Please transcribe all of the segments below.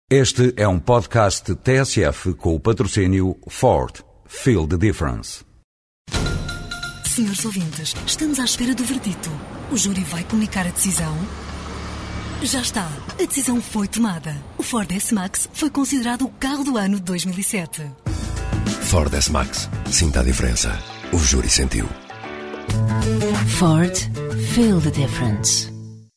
Este é um podcast TSF com o patrocínio Ford. Feel the difference. Senhores ouvintes, estamos à espera do verdito. O júri vai comunicar a decisão? Já está. A decisão foi tomada. O Ford S-Max foi considerado o carro do ano de 2007. Ford S-Max. Sinta a diferença. O júri sentiu. Ford. Feel the difference.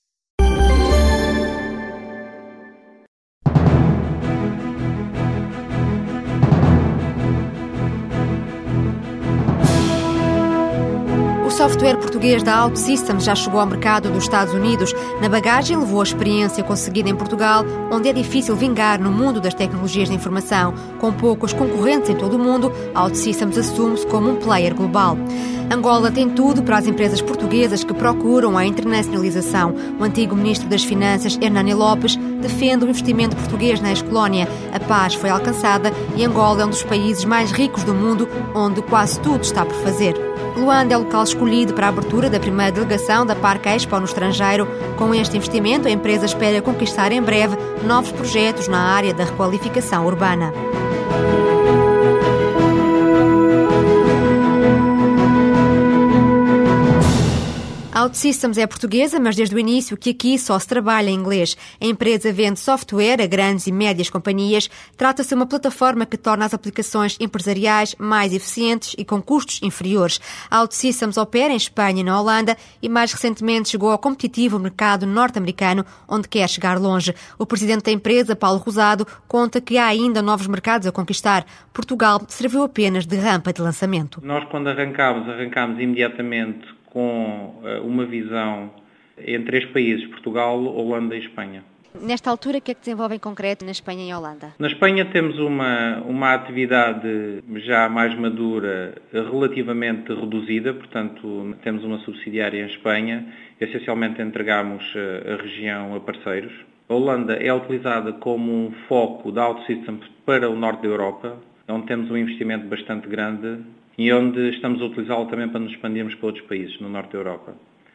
O software português da OutSystems já chegou ao mercado dos Estados Unidos. Na bagagem levou a experiência conseguida em Portugal, onde é difícil vingar no mundo das tecnologias de informação. Com poucos concorrentes em todo o mundo, a OutSystems assume-se como um player global. Angola tem tudo para as empresas portuguesas que procuram a internacionalização. O antigo ministro das Finanças, Hernani Lopes, defende o investimento português na ex-colónia. A paz foi alcançada e Angola é um dos países mais ricos do mundo, onde quase tudo está por fazer. Luanda é o local escolhido para a abertura da primeira delegação da Parque Expo no estrangeiro. Com este investimento, a empresa espera conquistar em breve novos projetos na área da requalificação urbana. A OutSystems é portuguesa, mas desde o início que aqui só se trabalha em inglês. A empresa vende software a grandes e médias companhias. Trata-se de uma plataforma que torna as aplicações empresariais mais eficientes e com custos inferiores. A OutSystems opera em Espanha e na Holanda e mais recentemente chegou ao competitivo mercado norte-americano, onde quer chegar longe. O presidente da empresa, Paulo Rosado, conta que há ainda novos mercados a conquistar. Portugal serviu apenas de rampa de lançamento. Nós, quando arrancámos imediatamente com uma visão em 3 países, Portugal, Holanda e Espanha. Nesta altura, o que é que desenvolve em concreto na Espanha e Holanda? Na Espanha temos uma atividade já mais madura, relativamente reduzida, portanto temos uma subsidiária em Espanha, essencialmente entregamos a região a parceiros. A Holanda é utilizada como um foco da OutSystems para o norte da Europa, onde temos um investimento bastante grande e onde estamos a utilizá-lo também para nos expandirmos para outros países no norte da Europa.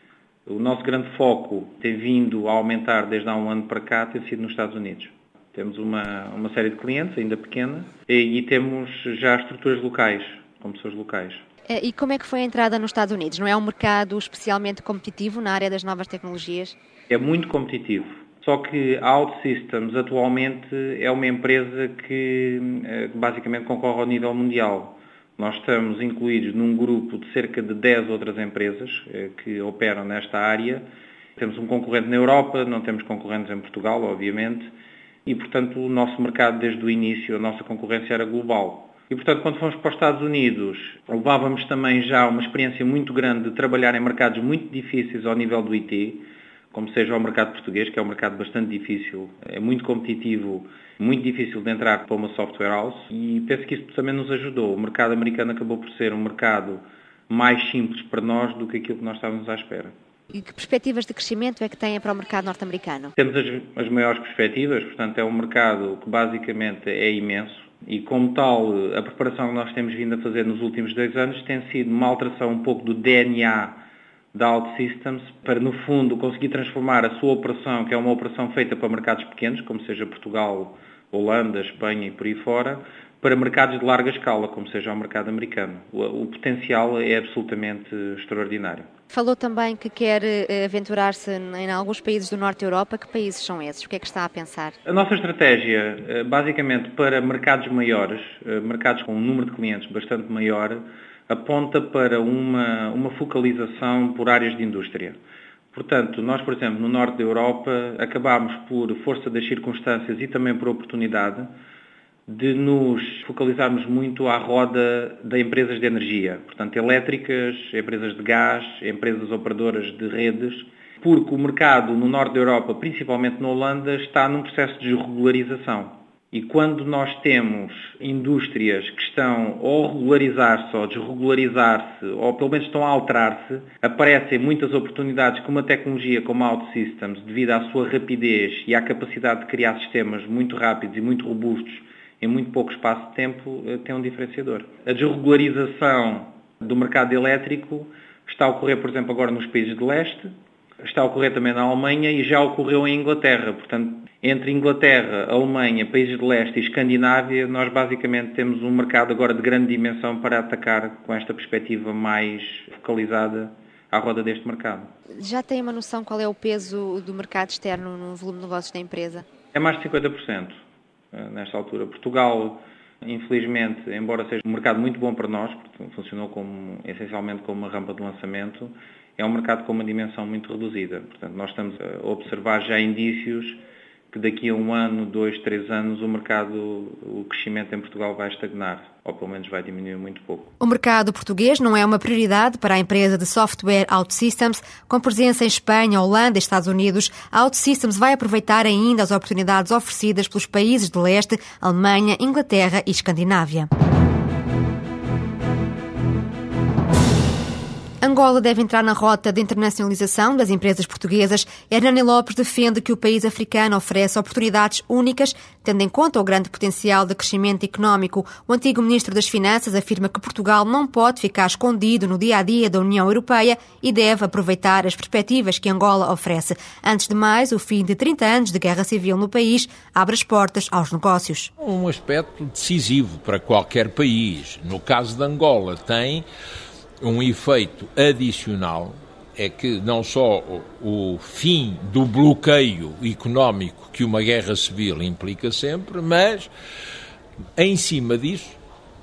O nosso grande foco tem vindo a aumentar desde há um ano para cá, tem sido nos Estados Unidos. Temos uma série de clientes, ainda pequena, e temos já estruturas locais, com pessoas locais. E como é que foi a entrada nos Estados Unidos? Não é um mercado especialmente competitivo na área das novas tecnologias? É muito competitivo. Só que a OutSystems atualmente é uma empresa que basicamente concorre ao nível mundial. Nós estamos incluídos num grupo de cerca de 10 outras empresas que operam nesta área. Temos um concorrente na Europa, não temos concorrentes em Portugal, obviamente, e, portanto, o nosso mercado desde o início, a nossa concorrência era global. E, portanto, quando fomos para os Estados Unidos, levávamos também já uma experiência muito grande de trabalhar em mercados muito difíceis ao nível do IT, como seja o mercado português, que é um mercado bastante difícil, é muito competitivo, muito difícil de entrar para uma software house, e penso que isso também nos ajudou. O mercado americano acabou por ser um mercado mais simples para nós do que aquilo que nós estávamos à espera. E que perspectivas de crescimento é que têm para o mercado norte-americano? Temos as maiores perspectivas, portanto é um mercado que basicamente é imenso, e como tal, a preparação que nós temos vindo a fazer nos últimos 2 anos tem sido uma alteração um pouco do DNA da OutSystems para, no fundo, conseguir transformar a sua operação, que é uma operação feita para mercados pequenos, como seja Portugal, Holanda, Espanha e por aí fora, para mercados de larga escala, como seja o mercado americano. O potencial é absolutamente extraordinário. Falou também que quer aventurar-se em alguns países do norte da Europa. Que países são esses? O que é que está a pensar? A nossa estratégia, basicamente, para mercados maiores, mercados com um número de clientes bastante maior, aponta para uma focalização por áreas de indústria. Portanto, nós, por exemplo, no norte da Europa, acabámos por força das circunstâncias e também por oportunidade de nos focalizarmos muito à roda de empresas de energia, portanto, elétricas, empresas de gás, empresas operadoras de redes, porque o mercado no norte da Europa, principalmente na Holanda, está num processo de desregularização. E quando nós temos indústrias que estão ou a regularizar-se ou a desregularizar-se, ou pelo menos estão a alterar-se, aparecem muitas oportunidades que uma tecnologia como a OutSystems, devido à sua rapidez e à capacidade de criar sistemas muito rápidos e muito robustos em muito pouco espaço de tempo, tem um diferenciador. A desregularização do mercado elétrico está a ocorrer, por exemplo, agora nos países de leste, está a ocorrer também na Alemanha e já ocorreu em Inglaterra. Portanto, Entre Inglaterra, Alemanha, países de leste e Escandinávia, nós basicamente temos um mercado agora de grande dimensão para atacar com esta perspectiva mais focalizada à roda deste mercado. Já tem uma noção qual é o peso do mercado externo no volume de negócios da empresa? É mais de 50% nesta altura. Portugal, infelizmente, embora seja um mercado muito bom para nós, porque funcionou essencialmente como uma rampa de lançamento, é um mercado com uma dimensão muito reduzida. Portanto, nós estamos a observar já indícios que daqui a 1 ano, 2, 3 anos, o crescimento em Portugal vai estagnar, ou pelo menos vai diminuir muito pouco. O mercado português não é uma prioridade para a empresa de software OutSystems, com presença em Espanha, Holanda e Estados Unidos. A OutSystems vai aproveitar ainda as oportunidades oferecidas pelos países de leste, Alemanha, Inglaterra e Escandinávia. Angola deve entrar na rota de internacionalização das empresas portuguesas. Hernani Lopes defende que o país africano oferece oportunidades únicas, tendo em conta o grande potencial de crescimento económico. O antigo Ministro das Finanças afirma que Portugal não pode ficar escondido no dia-a-dia da União Europeia e deve aproveitar as perspectivas que Angola oferece. Antes de mais, o fim de 30 anos de guerra civil no país abre as portas aos negócios. Um aspecto decisivo para qualquer país. No caso de Angola, tem um efeito adicional, é que não só o fim do bloqueio económico que uma guerra civil implica sempre, mas, em cima disso,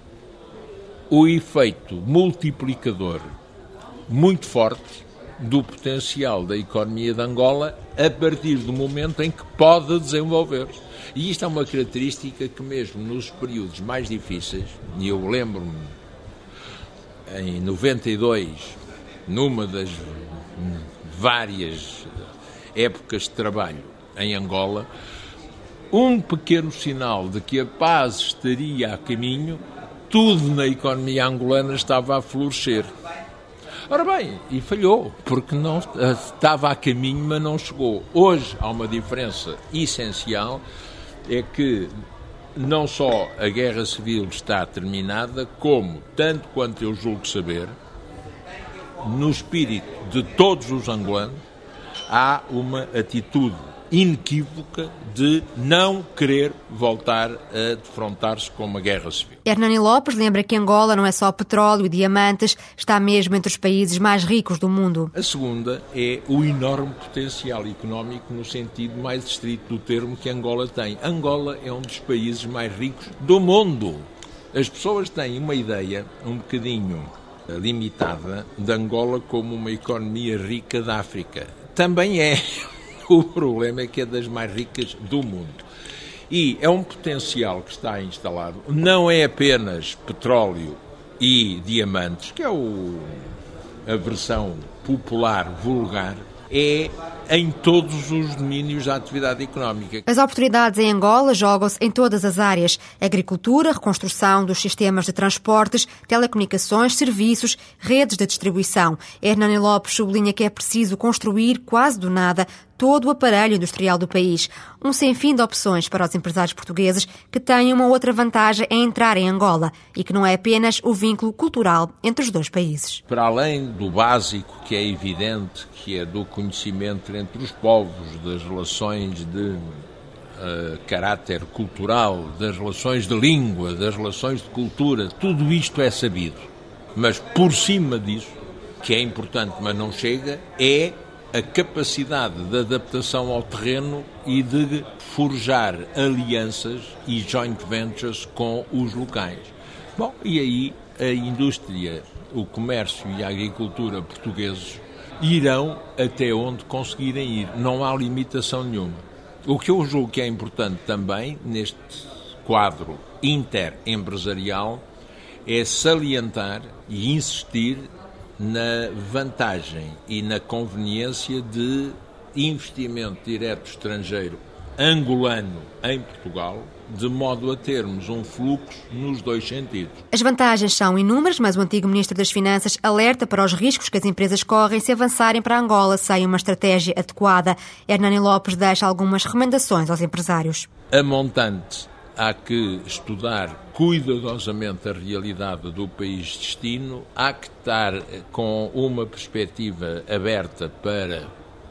o efeito multiplicador muito forte do potencial da economia de Angola a partir do momento em que pode desenvolver-se. E isto é uma característica que mesmo nos períodos mais difíceis, e eu lembro-me, em 92, numa das várias épocas de trabalho em Angola, um pequeno sinal de que a paz estaria a caminho, tudo na economia angolana estava a florescer. Ora bem, e falhou, porque não estava a caminho, mas não chegou. Hoje há uma diferença essencial, é que não só a guerra civil está terminada, como, tanto quanto eu julgo saber, no espírito de todos os angolanos, há uma atitude inequívoca de não querer voltar a defrontar-se com uma guerra civil. Hernani Lopes lembra que Angola não é só petróleo e diamantes, está mesmo entre os países mais ricos do mundo. A segunda é o enorme potencial económico no sentido mais estrito do termo que Angola tem. Angola é um dos países mais ricos do mundo. As pessoas têm uma ideia um bocadinho limitada de Angola como uma economia rica da África. Também é. O problema é que é das mais ricas do mundo. E é um potencial que está instalado. Não é apenas petróleo e diamantes, que é a versão popular, vulgar, é em todos os domínios da atividade económica. As oportunidades em Angola jogam-se em todas as áreas: agricultura, reconstrução dos sistemas de transportes, telecomunicações, serviços, redes de distribuição. Hernani Lopes sublinha que é preciso construir, quase do nada, todo o aparelho industrial do país. Um sem fim de opções para os empresários portugueses que têm uma outra vantagem em entrar em Angola e que não é apenas o vínculo cultural entre os dois países. Para além do básico, que é evidente, que é do conhecimento entre os povos, das relações de caráter cultural, das relações de língua, das relações de cultura, tudo isto é sabido. Mas por cima disso, que é importante mas não chega, é a capacidade de adaptação ao terreno e de forjar alianças e joint ventures com os locais. Bom, e aí a indústria, o comércio e a agricultura portugueses irão até onde conseguirem ir. Não há limitação nenhuma. O que eu julgo que é importante também neste quadro interempresarial é salientar e insistir na vantagem e na conveniência de investimento direto estrangeiro angolano em Portugal, de modo a termos um fluxo nos dois sentidos. As vantagens são inúmeras, mas o antigo Ministro das Finanças alerta para os riscos que as empresas correm se avançarem para Angola sem uma estratégia adequada. Hernani Lopes deixa algumas recomendações aos empresários. A montante, há que estudar cuidadosamente a realidade do país de destino, há que estar com uma perspectiva aberta para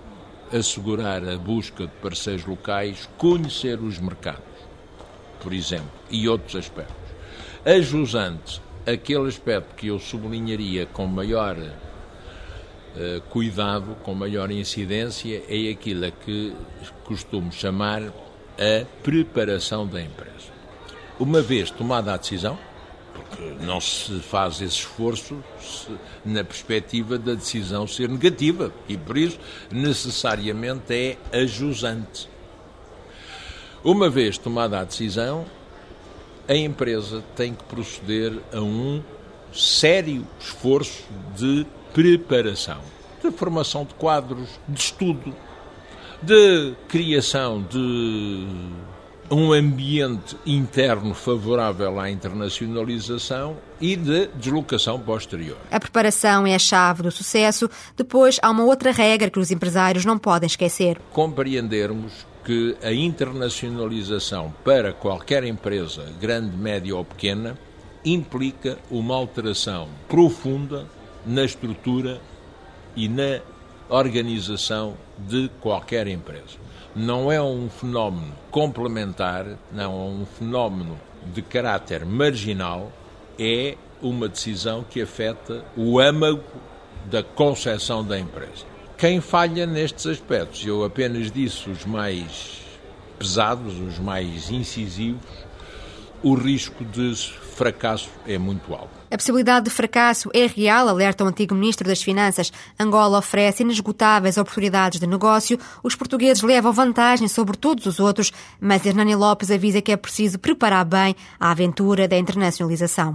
assegurar a busca de parceiros locais, conhecer os mercados, por exemplo, e outros aspectos. Ajusante, aquele aspecto que eu sublinharia com maior cuidado, com maior incidência, é aquilo a que costumo chamar a preparação da empresa. Uma vez tomada a decisão, porque não se faz esse esforço na perspectiva da decisão ser negativa e, por isso, necessariamente é ajusante. Uma vez tomada a decisão, a empresa tem que proceder a um sério esforço de preparação, de formação de quadros, de estudo, de criação de um ambiente interno favorável à internacionalização e de deslocação para o exterior. A preparação é a chave do sucesso. Depois há uma outra regra que os empresários não podem esquecer. Compreendermos que a internacionalização para qualquer empresa, grande, média ou pequena, implica uma alteração profunda na estrutura e na organização de qualquer empresa. Não é um fenómeno complementar, não é um fenómeno de caráter marginal, é uma decisão que afeta o âmago da concepção da empresa. Quem falha nestes aspectos, eu apenas disse os mais pesados, os mais incisivos, o risco de fracasso é muito alto. A possibilidade de fracasso é real, alerta o antigo Ministro das Finanças. Angola oferece inesgotáveis oportunidades de negócio. Os portugueses levam vantagem sobre todos os outros, mas Hernani Lopes avisa que é preciso preparar bem a aventura da internacionalização.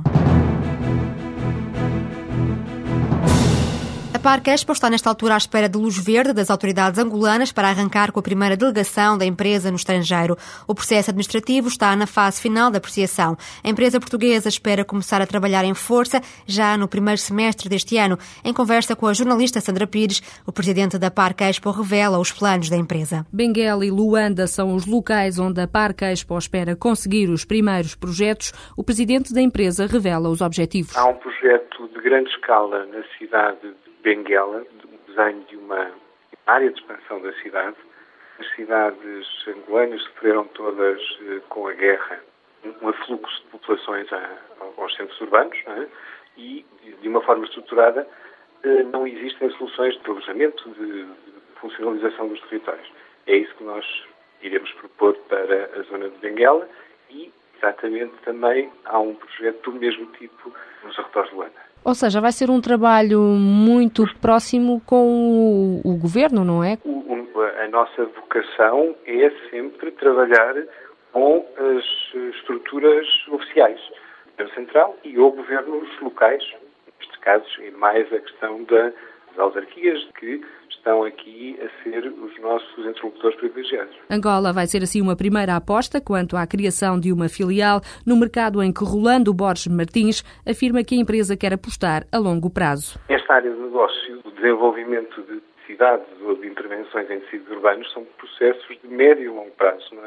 A Parque Expo está nesta altura à espera de luz verde das autoridades angolanas para arrancar com a primeira delegação da empresa no estrangeiro. O processo administrativo está na fase final da apreciação. A empresa portuguesa espera começar a trabalhar em força já no primeiro semestre deste ano. Em conversa com a jornalista Sandra Pires, o presidente da Parque Expo revela os planos da empresa. Benguela e Luanda são os locais onde a Parque Expo espera conseguir os primeiros projetos. O presidente da empresa revela os objetivos. Há um projeto de grande escala na cidade de Benguela, o desenho de uma área de expansão da cidade. As cidades angolanas sofreram todas com a guerra um afluxo de populações aos centros urbanos, não é? E, de uma forma estruturada, não existem soluções de alojamento, de funcionalização dos territórios. É isso que nós iremos propor para a zona de Benguela e, exatamente, também há um projeto do mesmo tipo nos arredores de Luanda. Ou seja, vai ser um trabalho muito próximo com o governo, não é? A nossa vocação é sempre trabalhar com as estruturas oficiais, o governo central e ou governos locais. Nestes casos é mais a questão das autarquias que estão aqui a ser os nossos interlocutores privilegiados. Angola vai ser assim uma primeira aposta quanto à criação de uma filial no mercado em que Rolando Borges Martins afirma que a empresa quer apostar a longo prazo. Esta área de negócio, o desenvolvimento de cidades ou de intervenções em tecidos urbanos são processos de médio e longo prazo, não é?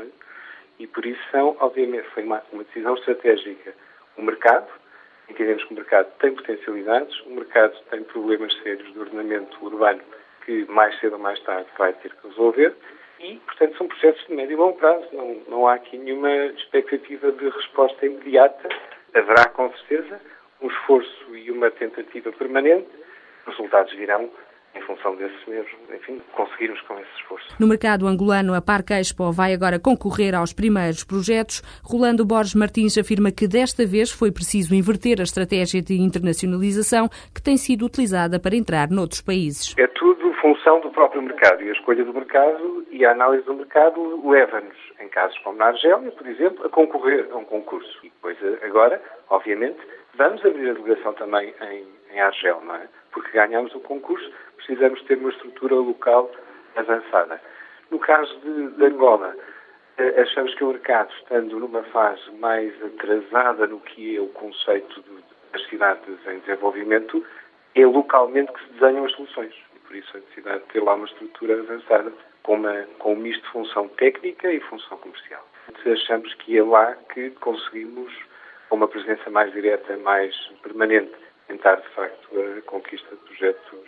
E por isso obviamente, foi uma decisão estratégica. O mercado, entendemos que o mercado tem potencialidades, o mercado tem problemas sérios de ordenamento urbano que mais cedo ou mais tarde vai ter que resolver e, portanto, são processos de médio e longo prazo. Não há aqui nenhuma expectativa de resposta imediata. Haverá, com certeza, um esforço e uma tentativa permanente. Os resultados virão em função desses mesmos, enfim, conseguirmos com esse esforço. No mercado angolano, a Parque Expo vai agora concorrer aos primeiros projetos. Rolando Borges Martins afirma que desta vez foi preciso inverter a estratégia de internacionalização que tem sido utilizada para entrar noutros países. É tudo função do próprio mercado e a escolha do mercado e a análise do mercado leva-nos, em casos como na Argélia, por exemplo, a concorrer a um concurso. E depois, agora, obviamente, vamos abrir a delegação também em Argel, não é? Porque ganhamos o concurso, precisamos ter uma estrutura local avançada. No caso de Angola, achamos que o mercado, estando numa fase mais atrasada no que é o conceito das cidades em desenvolvimento, é localmente que se desenham as soluções. E por isso a necessidade de ter lá uma estrutura avançada com um misto de função técnica e função comercial. Achamos que é lá que conseguimos, com uma presença mais direta, mais permanente, tentar, de facto, a conquista de projetos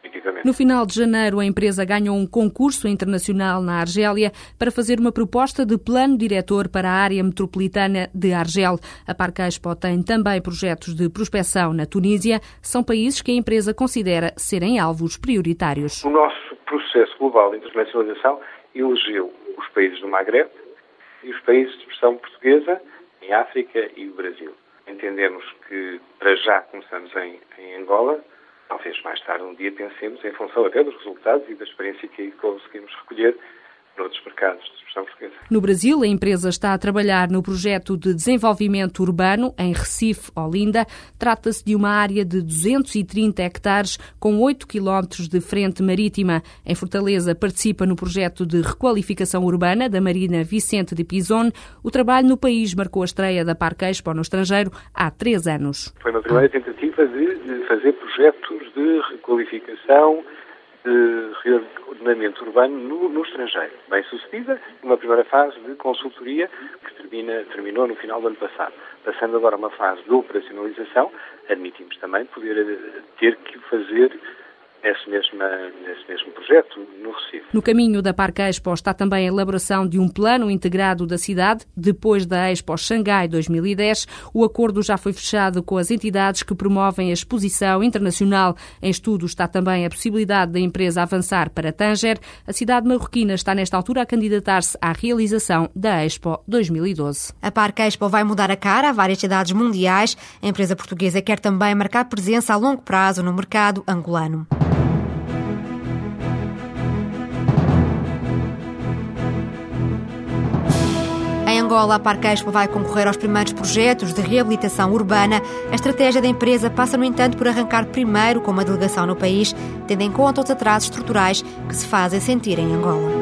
No final de janeiro, a empresa ganhou um concurso internacional na Argélia para fazer uma proposta de plano diretor para a área metropolitana de Argel. A Parque Expo tem também projetos de prospecção na Tunísia. São países que a empresa considera serem alvos prioritários. O nosso processo global de internacionalização elegeu os países do Magreb e os países de expressão portuguesa em África e o Brasil. Entendemos que, para já, começamos em Angola. Talvez mais tarde um dia pensemos, em função até dos resultados e da experiência que conseguimos recolher noutros mercados de expressão portuguesa. No Brasil, a empresa está a trabalhar no projeto de desenvolvimento urbano em Recife, Olinda. Trata-se de uma área de 230 hectares com 8 quilómetros de frente marítima. Em Fortaleza, participa no projeto de requalificação urbana da Marina Vicente de Pisone. O trabalho no país marcou a estreia da Parque Expo no estrangeiro há 3 anos. Foi uma primeira tentativa de fazer projetos de requalificação, de reordenamento urbano no estrangeiro. Bem sucedida, numa primeira fase de consultoria que terminou no final do ano passado. Passando agora a uma fase de operacionalização, admitimos também poder ter que fazer nesse mesmo projeto no Recife. No caminho da Parque Expo está também a elaboração de um plano integrado da cidade. Depois da Expo Xangai 2010, o acordo já foi fechado com as entidades que promovem a exposição internacional. Em estudo está também a possibilidade da empresa avançar para Tanger. A cidade marroquina está nesta altura a candidatar-se à realização da Expo 2012. A Parque Expo vai mudar a cara a várias cidades mundiais. A empresa portuguesa quer também marcar presença a longo prazo no mercado angolano. Em Angola, a Parque Expo vai concorrer aos primeiros projetos de reabilitação urbana. A estratégia da empresa passa, no entanto, por arrancar primeiro com uma delegação no país, tendo em conta os atrasos estruturais que se fazem sentir em Angola.